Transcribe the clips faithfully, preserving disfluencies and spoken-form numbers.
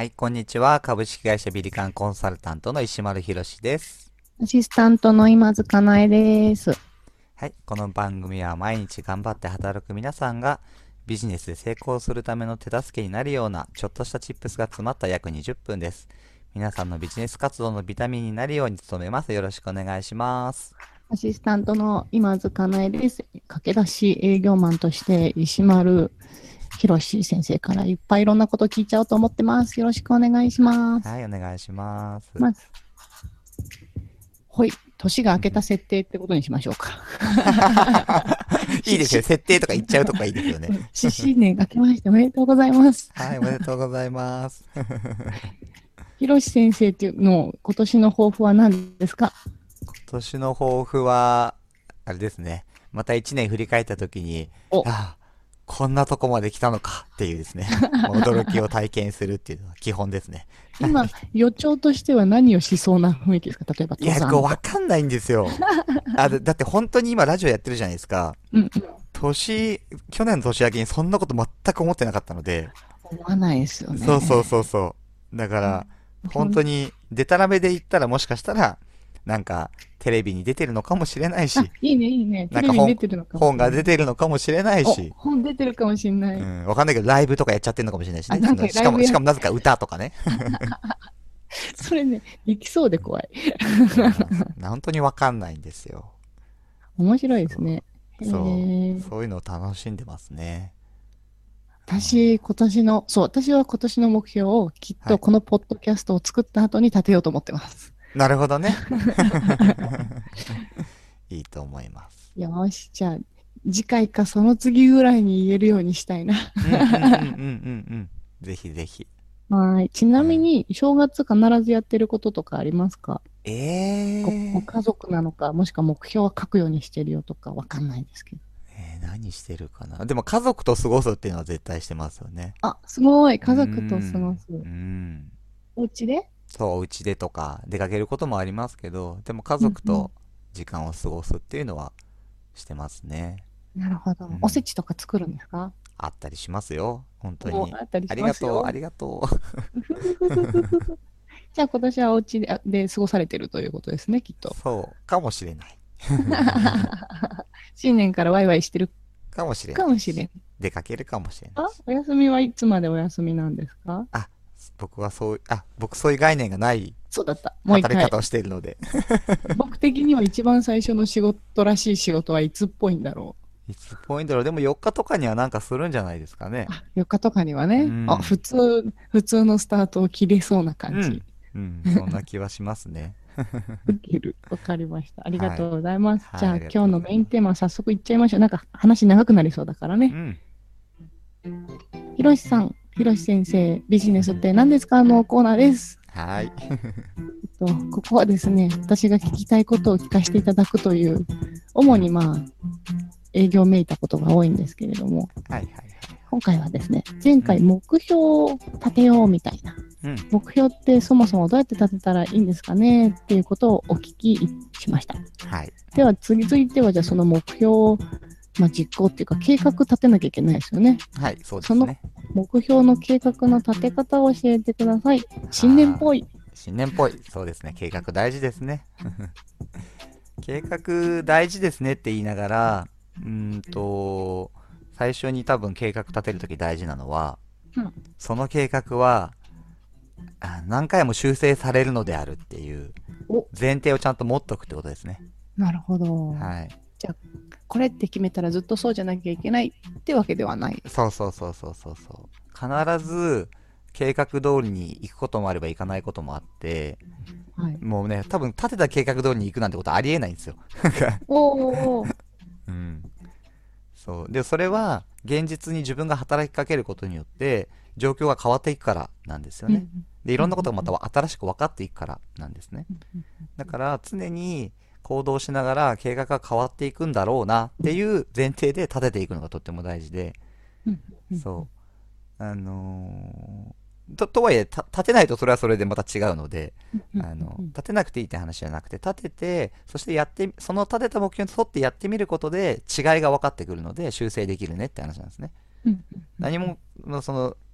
い、こんにちは。株式会社ビリカンコンサルタントの石丸博です。 アシスタントの今津かなえです。 はい、この番組は毎日頑張って働く皆さんがビジネスで成功するための手助けになるようなちょっとしたチップスが詰まった約にじゅっぷんです。皆さんのビジネス活動のビタミンになるように努めます。よろしくお願いします。 アシスタントの今津かなえです。駆け出し営業マンとして石丸博先生からいっぱいいろんなこと聞いちゃおうと思ってます。よろしくお願いします。 はい、お願いします。 まず、ほい、年が明けた設定ってことにしましょうか。 いいし、 ですよ。 し、 設定とか言っちゃうとかいいですよね。 し、新年明けましておめでとうございます。 はい、おめでとうございます。 博先生っていうの今年の抱負は何ですか？ 今年の抱負は、あれですね。また一年振り返った時に、 お、 ああ、こんなとこまで来たのかっていうですね。驚きを体験するっていうのは基本ですね。は今、 い。 予兆としては何をしそうな雰囲気ですか？例えばいや、こう登山とか。 わかんないんですよ。あ、だだって本当に今ラジオやってるじゃないですか。 うん、 年、去年の年明けにそんなこと全く思ってなかったので、 思わないですよそうそうね。 そうそう。だから、 ほん本当に、デタラメで言ったらもしかしたら、なんか、テレビに出てるのかもしれないあ、 し、 いいね、いいね。テレビになんか本、 出てるのかもし本が出れない。 てるのかもしれないお、 し、 本出てるかもしれない。 うん、わかんないけど、ライブとかやっちゃってるのかもしれないしあ、 ね。 なんかそのしかも、 ライブや、 しかもなぜか歌とかね。 それね、できそうで怖い。 いやー、本当にわかんないんですよ。 面白いでそう、 すね。へそう、 え。 そういうのを楽しんでますね。 私、今年の、そう、私は今年の目標をきっはい。 とこのポッドキャストを作った後に立てようと思ってます。 なるほどね。いいと思います。 よし、じゃあ、次回かその次ぐらいに言えるようにしたいな。 うんうんうんうんうんうん。ぜひぜひ。 はい。ちなうん。 みに、正月必ずやってることとかありますか？ご、ごえー、 家族なのか、もしくは目標は書くようにしてるよとかわかんないですけど。 えー何してるかな。でも家族と過ごすっていうのは絶対してますよね。 あ、すごい。 うー家族と過ごん。 す。 うん。 お家で。 そう、お家でとか出かけることもありますけど、でも家うんうん。 族と時間を過ごすっていうのはしてますね。 なるほど。おせうん。 ちとか作るんですか？ あったりしますよ。本当お、 に。 あったりしありがとう、あますよ。 りがとふふふふふふふ。じゃあ今年はお家で、あで過ごされてるということですね、きっう。 と。 そう、かもしれない。 新年からワイワイしてるかもしれないし。 かもしれん。 出かけるかもしれないあ、 し。 お休みはいつまでお休みなんですか？ あ、僕はそう、あ、僕そういう概念がないそうだった。もう一回。 働き方をしているので。 僕的には一番最初の仕事らしい仕事はいつっぽいんだろう。 いつポイントだろう。でもよっかとかにはなんかするんじゃないですかね。 あ、よっかとかにはうね。あ、普ん。 通、普通のスタートを切れそうな感じ。 うん。うん。そんな気はしますね。 受ける。わかりました。ありがはい。 とうございます。じはい、 ゃあありがとうご今日のメインざいます。 テーマ早速いっちゃいましょう。なんか話長くなりそうだからね。 うん。 ひろしさん、ひろし先生、ビジネスって何ですかのコーナーです。 はい。 えっと、ここはですね、私が聞きたいことを聞かせていただくという、主うん。 にまあ、営業めいたことが多いんですけれども、 はいはいはい。 今回はですね、前うん。 回目標を立てようみたいな、 うん。 目標ってそもそもどうやって立てたらいいんですかねっていうことをお聞きしました。 はい。 では次続いてはじゃあその目標を、まあ、実行っていうか計画立てなきゃいけないですよね。 はい、そうでそのすね。 目標の計画の立て方を教えてください。新年っはーい。 ぽい。 新年っぽい。そうですね。計画大事ですね。計画大事ですねって言いながら、うーんと、最初に多分計画立てるとき大事なのは、 うん、 その計画はあ何回も修正されるのであるっていうお、 前提をちゃんと持っとくってことですね。 なるほど。 はい。 じゃあ、これって決めたらずっとそうじゃなきゃいけないってわけではない。 そうそうそうそうそうそう。必ず計画通りに行くこともあれば行かないこともあって、 はい。 もうね、多分立てた計画通りに行くなんてことありえないんですよ。 おー、 うん。そう。で、それは現実に自分が働きかけることによって状況が変わっていくからなんですよね。 うん、 で、いうん、 ろんなことがまたうん、 新しく分かっていくからなんですね。 うん、 だから常に行動しながら計画が変わっていくんだろうなっていう前提で立てていくのがとっても大事で、 うん、うん、 そう。あのーと、とはいえ、た立てないとそれはそれでまた違うので、 うん、うん、 あの、 うん、 立てなくていいって話じゃなくて、立てて、そしてやって、その立てた目標に沿ってやってみることで違いが分かってくるので修正できるねって話なんですね。 うん、 何も、その、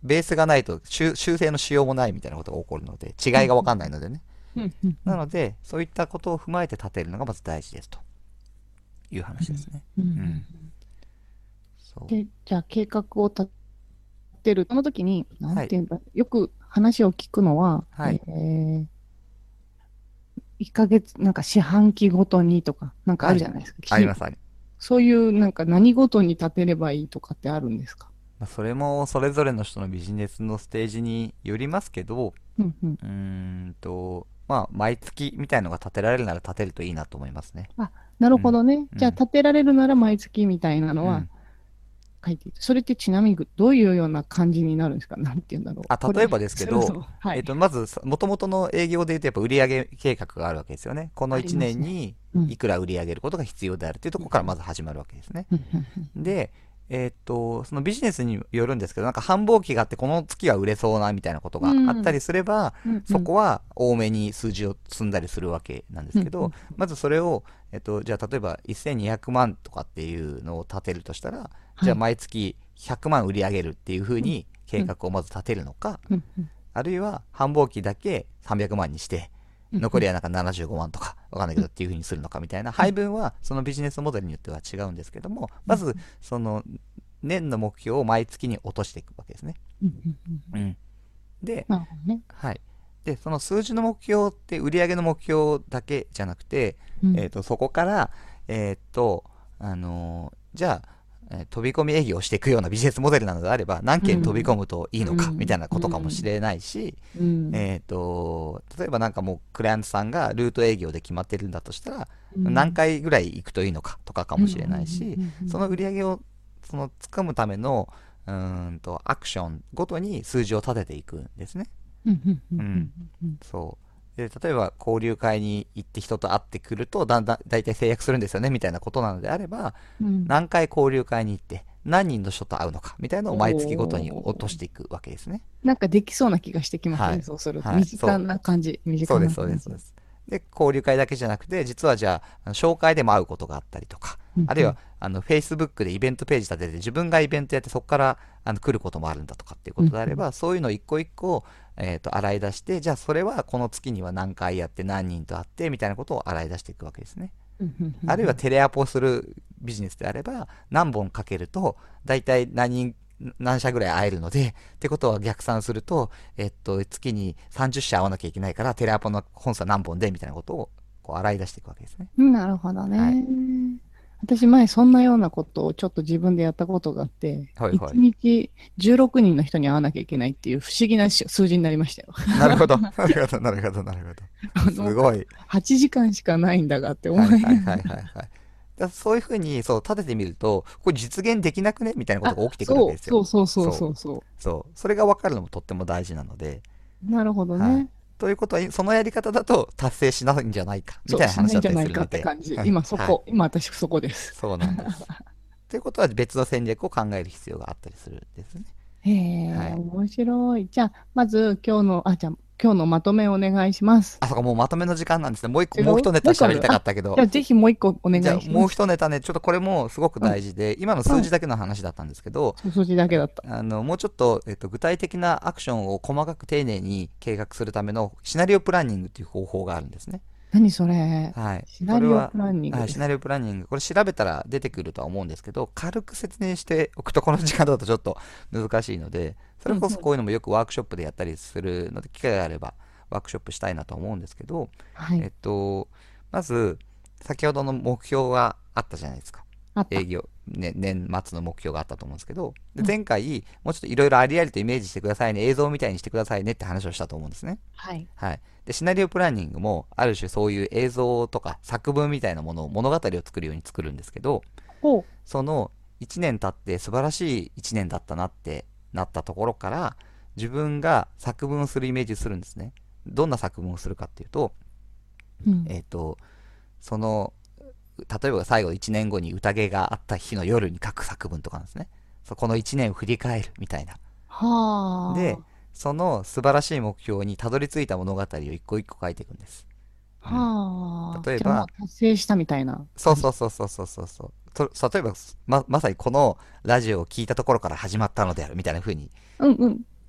ベースがないと修修正のしようもないみたいなことが起こるので、違いがわかんないのでね。 うんうんなので、そういったことを踏まえて立てるのがまず大事ですという話ですね。 うんううんん。そう。 で、じゃあ計画を立てる。その時に、なはい。 んていうんだ、よく話を聞くのは、 はい。 えー、いっかげつ、なんか四半期ごとにとか、なんかあはい。 るじゃないですか。きあります、あります。 そういうなんか何ごとに立てればいいとかってあるんですか？ まあ、それもそれぞれの人のビジネスのステージによりますけど、 うんうん。 うーんと、まあ、毎月みたいのが立てられるなら立てるといいなと思いますね。 あ、なるうん。 ほどね。じゃあうん。 立てられるなら毎月みたいなのはうん。 書いていい。それってちなみにどういうような感じになるんですか？なんて言うんだろう。 あ、 これ、 例えばですけど、 そうそう。はい。 えっと、まず、もともとの営業で言うとやっぱ売上計画があるわけですよね。このあり 1 ますね。 年にうん。 いくら売り上げることが必要であるというところからまず始まるわけですね。 うんうんで、えっと、そのビジネスによるんですけど、なんか繁忙期があってこの月は売れそうなみたいなことうん。 があったりすれば、 うんうんそこは多めに数字を積んだりするわけなんですけど、 うんうん。 まずそれを、えっと、じゃあ例えばせんにひゃくまんとかっていうのを立てるとしたら、じゃあはい。 毎月ひゃくまん売り上げるっていうふううんに計うん画をまず立てるのか、 うんうんあるいは繁忙期だけさんびゃくまんにして、 うんうん残りはなんかななじゅうごまんとかわかんないけどっていう風にするのかみたいな配分はそのビジネスモデルによっては違うんですけども、まずその年の目標を毎月に落としていくわけですね。 うんうんうんうん。で、 なるほどね。 はい。で、その数字の目標って売上の目標だけじゃなくて、 うんえっと、そこから、えっと、あのーじゃあ、えー飛び込み営業をしていくようなビジネスモデルなのであれば、何件飛び込むといいのかみたいなことかもしれないし、 うんえっと、例えばなんかもうクライアントさんがルート営業で決まってるんだとしたら、 うん何回ぐらい行くといいのかとかかうんうもしれないし、 んうんその売り上げをその掴むためのうーんとアクションごとに数字を立てていくんですね。 うんうんうんうんうん。 うんそう。で、例えば交流会に行って人と会ってくると、だんだん、だいたい制約するんですよね、みたいなことなのであれば、 うん何回交流会に行って、何人の人と会うのか、みたいなのを毎月ごとに落としおー、 ていくわけですね。 なんかできそうな気がしてきますね。 はい。 そうすると。 はい。 身近そう。 な感じ。身近そうです、そうです、 な感じ。 そうです。で、交流会だけじゃなくて、実はじゃあ、あの紹介でも会うことがあったりとか、あるいは、 うんうんあの、Facebook でイベントページ立てて、自分がイベントやってそこからあの来ることもあるんだとかっていうこうんうんとであれば、そういうのを一個一個、えっと、洗い出して、じゃあそれはこの月には何回やって何人と会って、みたいなことを洗い出していくわけですね。 うんうんうあるいはんテレアポするビジネスであれば、何本かけると、だいたい何人、何社ぐらい会えるので、ってことは逆算すると、えっと、月にさんじゅっ社会わなきゃいけないから、テレアポの本数は何本で、みたいなことを、こう、洗い出していくわけですね。 うん。なるほどはい。 ね。私前そんなようなことをちょっと自分でやったことがあって、1 はいはい。 日じゅうろくにんの人に会わなきゃいけないっていう不思議なし数字になりましたよ。 なるほど。なるほど、なるほど、なるほど。 あの、 すごい。 はちじかんしかないんだがって思い。 はいはいはいはいはい。だそういうふうに、そう、立ててみると、これ実現できなくねみたいなことあ、 が起きてくるわけそう、 ですよ。 そうそうそうそう。 そうそそう。それが分かるのもとっても大事なので、 う。なるほどはい。 ね。 ということは、そのやり方だと達成しないんじゃないか、みそう、 たいなしな話だったりいんじゃないかするので、 って感じ。 はい。はい。 今そこ、今私そこです。 そうなんです。ということは別の戦略を考える必要があったりするんですね。 へえ、 はい。 面白い。じゃあ、まず今日の、あ、じゃあ、今日のまとめをお願いします。 あ、そこもうまとめの時間なんですね。もう一個、 違うもう一ネもう一個ある。 タ喋りたかあ、 ったけど、 じゃあぜひもう一個お願じゃあもういします。 一ネタね、ちょっとこれもすごくうん、 大事で、今のうん。 数字だけの話だったんですけど、 数字だけだった。 あの、もうちょっと、えっと、具体的なアクションを細かく丁寧に計画するためのシナリオプランニングっていう方法があるんですね。 何それ？ はい。 シナこれは、 リオプランニングはい、 です。 シナリオプランニング。これ調べたら出てくるとは思うんですけど、軽く説明しておくとこの時間だとちょっと難しいので、それこそうんうん。 こういうのもよくワークショップでやったりするので、機会があればワークショップしたいなと思うんですけど、えはい。 っと、まず、先ほどの目標があったじゃないですか。 あった。 営業、ね、年末の目標があったと思うんですけど、でうん。 前回、もうちょっといろいろありありとイメージしてくださいね、映像みたいにしてくださいねって話をしたと思うんですね。 はい。 はい。で、シナリオプランニングも、ある種そういう映像とか作文みたいなものを物語を作るように作るんですけど、 ほう。 そのいちねん経って素晴らしいいちねんだったなってなったところから、自分が作文をするイメージをするんですね。どんな作文をするかっていうと、 うん。 えっと、その、例えば最後いちねんごに宴があった日の夜に書く作文とかなんですね。そこのいちねんを振り返るみたいな。で、 はその素晴らしい目標にたどり着いた物語を一個一個書いていくんです。 あ。 うん。 はあ。じゃあもう例えば、 達成したみたいなそう感じ。 そうそうそうそうそうそう。と例えば、ま、まさにこのラジオを聞いたところから始まったのであるみたいな風にうんうん。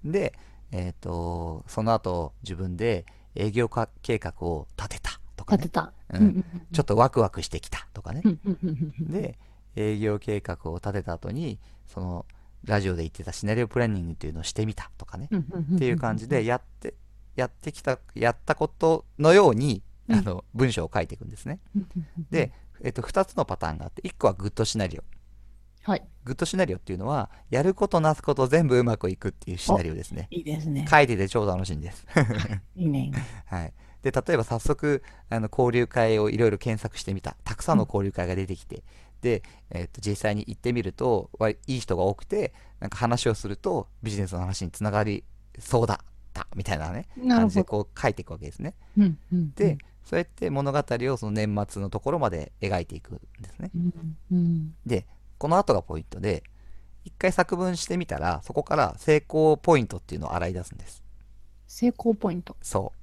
で、えっと、その後自分で営業か計画を立てたとかね。 立てた。 ううんんちょっとワクワクしてきたとかね。 うんうんうんうんうん、 で、営業計画を立てた後に、その、ラジオで言ってたシナリオプランニングっていうのをしてみたとかね。 うんうんうんうん、 っていう感じで、やって、やってきた、やったことのように、 うんあの、文章を書いていくんですね。 うんうんうん、 で、えっと、ふたつのパターンがあって、いっこはグッドシナリオ。 はい。 グッドシナリオっていうのは、やることなすこと全部うまくいくっていうシナリオですね。 いいですね。 書いてて超楽しいんです。 いいね、いいね。 はい。で、例えば早速、あの、交流会をいろいろ検索してみた。たくさんの交流会が出てきて、で、えっと、実際に行ってみると、わいい人が多くて、なんか話をすると、ビジネスの話につながりそうだったみたいなね、感じでなるほど。 こう書いていくわけですね。 うんうんうで、 んそうやって物語をその年末のところまで描いていくんですね。 うんうんで、この後がポイントで、一回作文してみたら、そこから成功ポイントっていうのを洗い出すんです。 成功ポイント。 そう。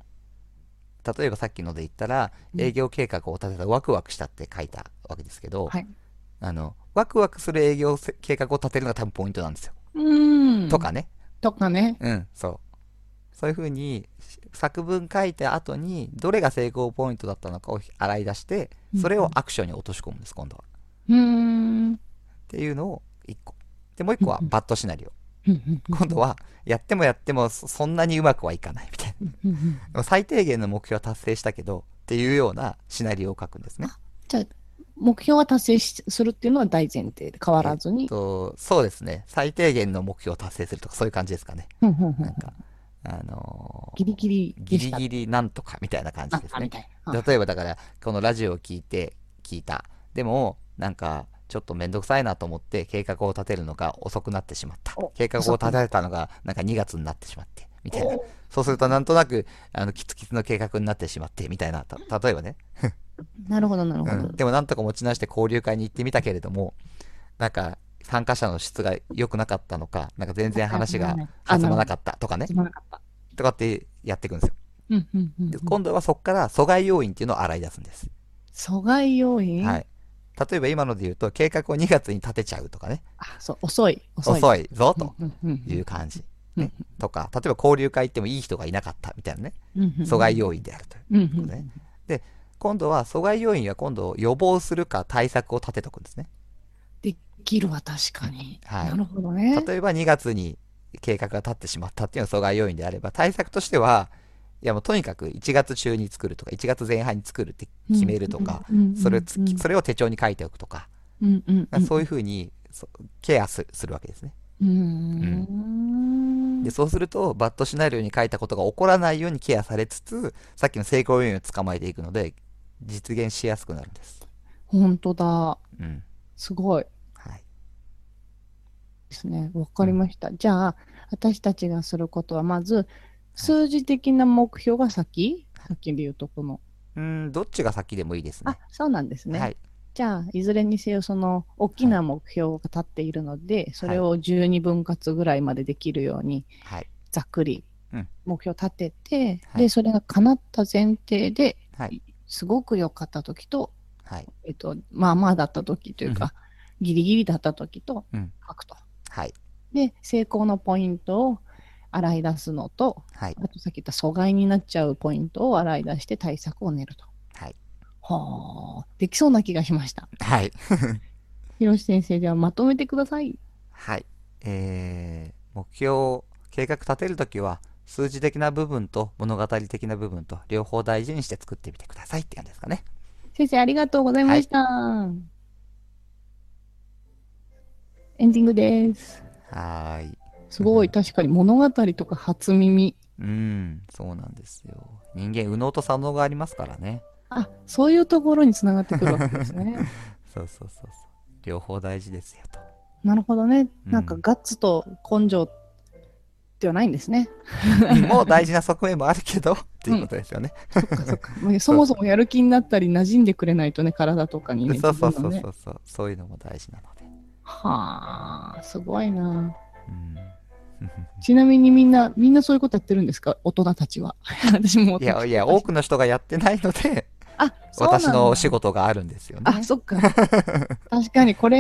例えばさっきので言ったら、 うん営業計画を立てたワクワクしたって書いたわけですけど、 はい。 あの、ワクワクする営業せ計画を立てるのが多分ポイントなんですよ。 うーん。 とかね。 とかね。 うん、そう。そういうふうに、作文書いた後に、どれが成功ポイントだったのかを洗い出して、それをアクションに落とし込むんです、今度は。 うーん。 っていうのをいっこ。で、もういっこはバッドシナリオ。 うんうん今度は、やってもやってもそそんなにうまくはいかないみたいな。 うんうんでも最低限の目標は達成したけど、っていうようなシナリオを書くんですね。 じゃあ、目標は達成しするっていうのは大前提で変わらずえっに。 と、そうですね。最低限の目標を達成するとか、そういう感じですかね。 うんうんうんなんか、あのギリギリーギリでした。 ギリなんとかみたいな感じあ、 ですね。 あみたいな。 例えばだから、このラジオを聞いて、聞いた。でも、なんか、ちょっとめんどくさいなと思って計画を立てるのが遅くなってしまった。 お計画を遅く立てたのがなんかにがつになってしまって、みたいな。 おそうするとなんとなく、あの、キツキツの計画になってしまって、みたいな。た例えばね。 なるほど、なるほど。 うん。でもなんとか持ち直して交流会に行ってみたけれども、なんか、参加者の質が良くなかったのか、なんか全然話が弾まなかったとかね。 すまなかった。 とかってやっていくんですよ。 うんうんうんうんで、今度はそこから阻害要因っていうのを洗い出すんです。 阻害要因、 はい。例えば今ので言うと、計画をにがつに立てちゃうとかね。 あ、そう、遅い、遅い。 遅いぞとうんうんうんいう感じ。 うんね。とか、例えば交流会行ってもいい人がいなかったみたいなね。 うんうん阻害要因であるといううんうんことね。で、今度は阻害要因は今度予防するか対策を立てとくんですね。 できるわ、確かに。 はいなるほどね。 例えばにがつに計画が立ってしまったっていうのが阻害要因であれば、対策としては、いやもうとにかくいちがつ中に作るとか、いちがつぜん半に作るって決めるとか、 うんうんうんうんそれをつそれを手帳に書いておくとか、 うんうんうんそういうふうにそケアすするわけですね。 うーんで、そうすると、バッドシナリオに書いたことが起こらないようにケアされつつ、さっきの成功要因を捕まえていくので、実現しやすくなるんです。 本当だ。 うん。 すごいはい。 ですね。わかりました。じゃあ、私たちがすることは、まず、数字的な目標が先、さっきで言うとこの。 うん、どっちが先でもいいですあね。、 そうなんですね。 はい。 じゃあ、いずれにせよ、その大きな目標が立っているので、それをじゅうにぶん割ぐらいまでできるように、 はい。 ざっくりうん目標立てて、 はいで、それが叶った前提で、 はい。 すごく良かった時と、 はい。 えっと、まあまあだった時というか、ギリギリだった時とうん。 書くと。 はい。 で、成功のポイントを洗い出すのと、 はい。 あとさっき言った阻害になっちゃうポイントを洗い出して対策を練ると。 はい。 はあ、できそうな気がしました。 はい。 ひろし先生、ではまとめてください。 はい。えー、目標、計画立てるときは、数字的な部分と物語的な部分と両方大事にして作ってみてくださいって感じですかね。 先生、ありがとうございました。エンディングです。 はーい。 すごい、確かに物語とか初耳。 うーん、そうなんですよ。人間、右脳と左脳がありますからね。 あ、そういうところにつながってくるわけですね。 そうそうそうそう。両方大事ですよと。 なるほどね。 うんなんかガッツと根性ではないんですね。 もう大事な側面もあるけど、っていうことですよね。 そっかそっか。まあそもそもやる気になったり馴染んでくれないとね、体とかにね。 そうそう自分のねそうそうそう。そういうのも大事なので。 はあ、すごいな。 うん。 ちなみにみんな、みんなそういうことやってるんですか、大人たちは。私も。 いやいや、多くの人がやってないので、 あ、そうなんだ私のお仕事があるんですよね。 あ、そっか。確かにこれ、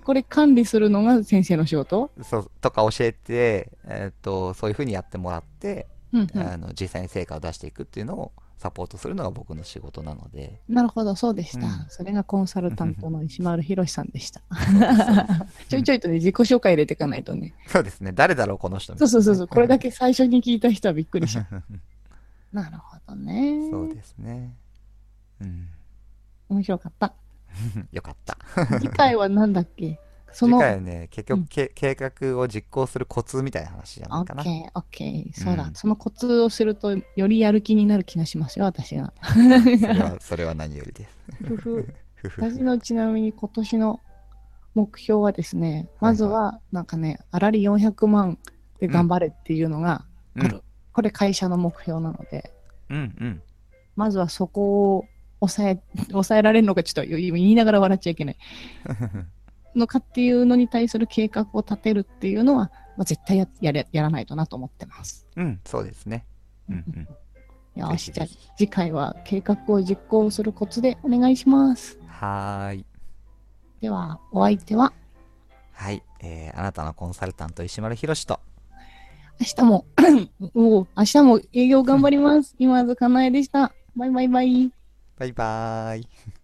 これ管理するのが先生の仕事？ そうとか教えて、えっと、そういう風にやってもらって、 うんうん。 あの実際に成果を出していくっていうのをサポートするのが僕の仕事なので。 なるほど、そうでした。 うん。 それがコンサルタントの石丸博さんでした。 そうです、そうです。 ちょいちょいとね、自己紹介入れていかないとね。 そうですね。誰だろう、この人みたいなね。 そうそうそうそう、これだけ最初に聞いた人はびっくりしちゃう。なるほどね。 そうですね。うん。 面白かった。 よかった。 次回は何だっけ？そ次の、 回はね、結局、 うん。 け計画を実行するコツみたいな話じゃないかな。 オッケー、オッケー。そうだ。 うん。 そのコツをすると、よりやる気になる気がしますよ、私が。 あ、それは、それは何よりです。 ふふ。 ふふふ。 私のちなみに今年の目標はですね、 はいはい。 まずは、なんかね、あらりよんひゃくまんでうん。 頑張れっていうのがうん。 ある。これ会社の目標なので、 うん。うん。 まずはそこを抑え、抑えられるのかちょっと言いながら笑っちゃいけないのかっていうのに対する計画を立てるっていうのは、まあ、絶対ややれやらないとなと思ってます。 うん。そうですね。うん。うん。ぜよし、じゃあひぜひ。 次回は計画を実行するコツでお願いします。 はーい。 では、お相手ははい。えー、あなたのコンサルタント石丸ひろしと。 明日もお明日も営業頑張ります。今津かなえでした。バイバイバイ。 バイバーイ。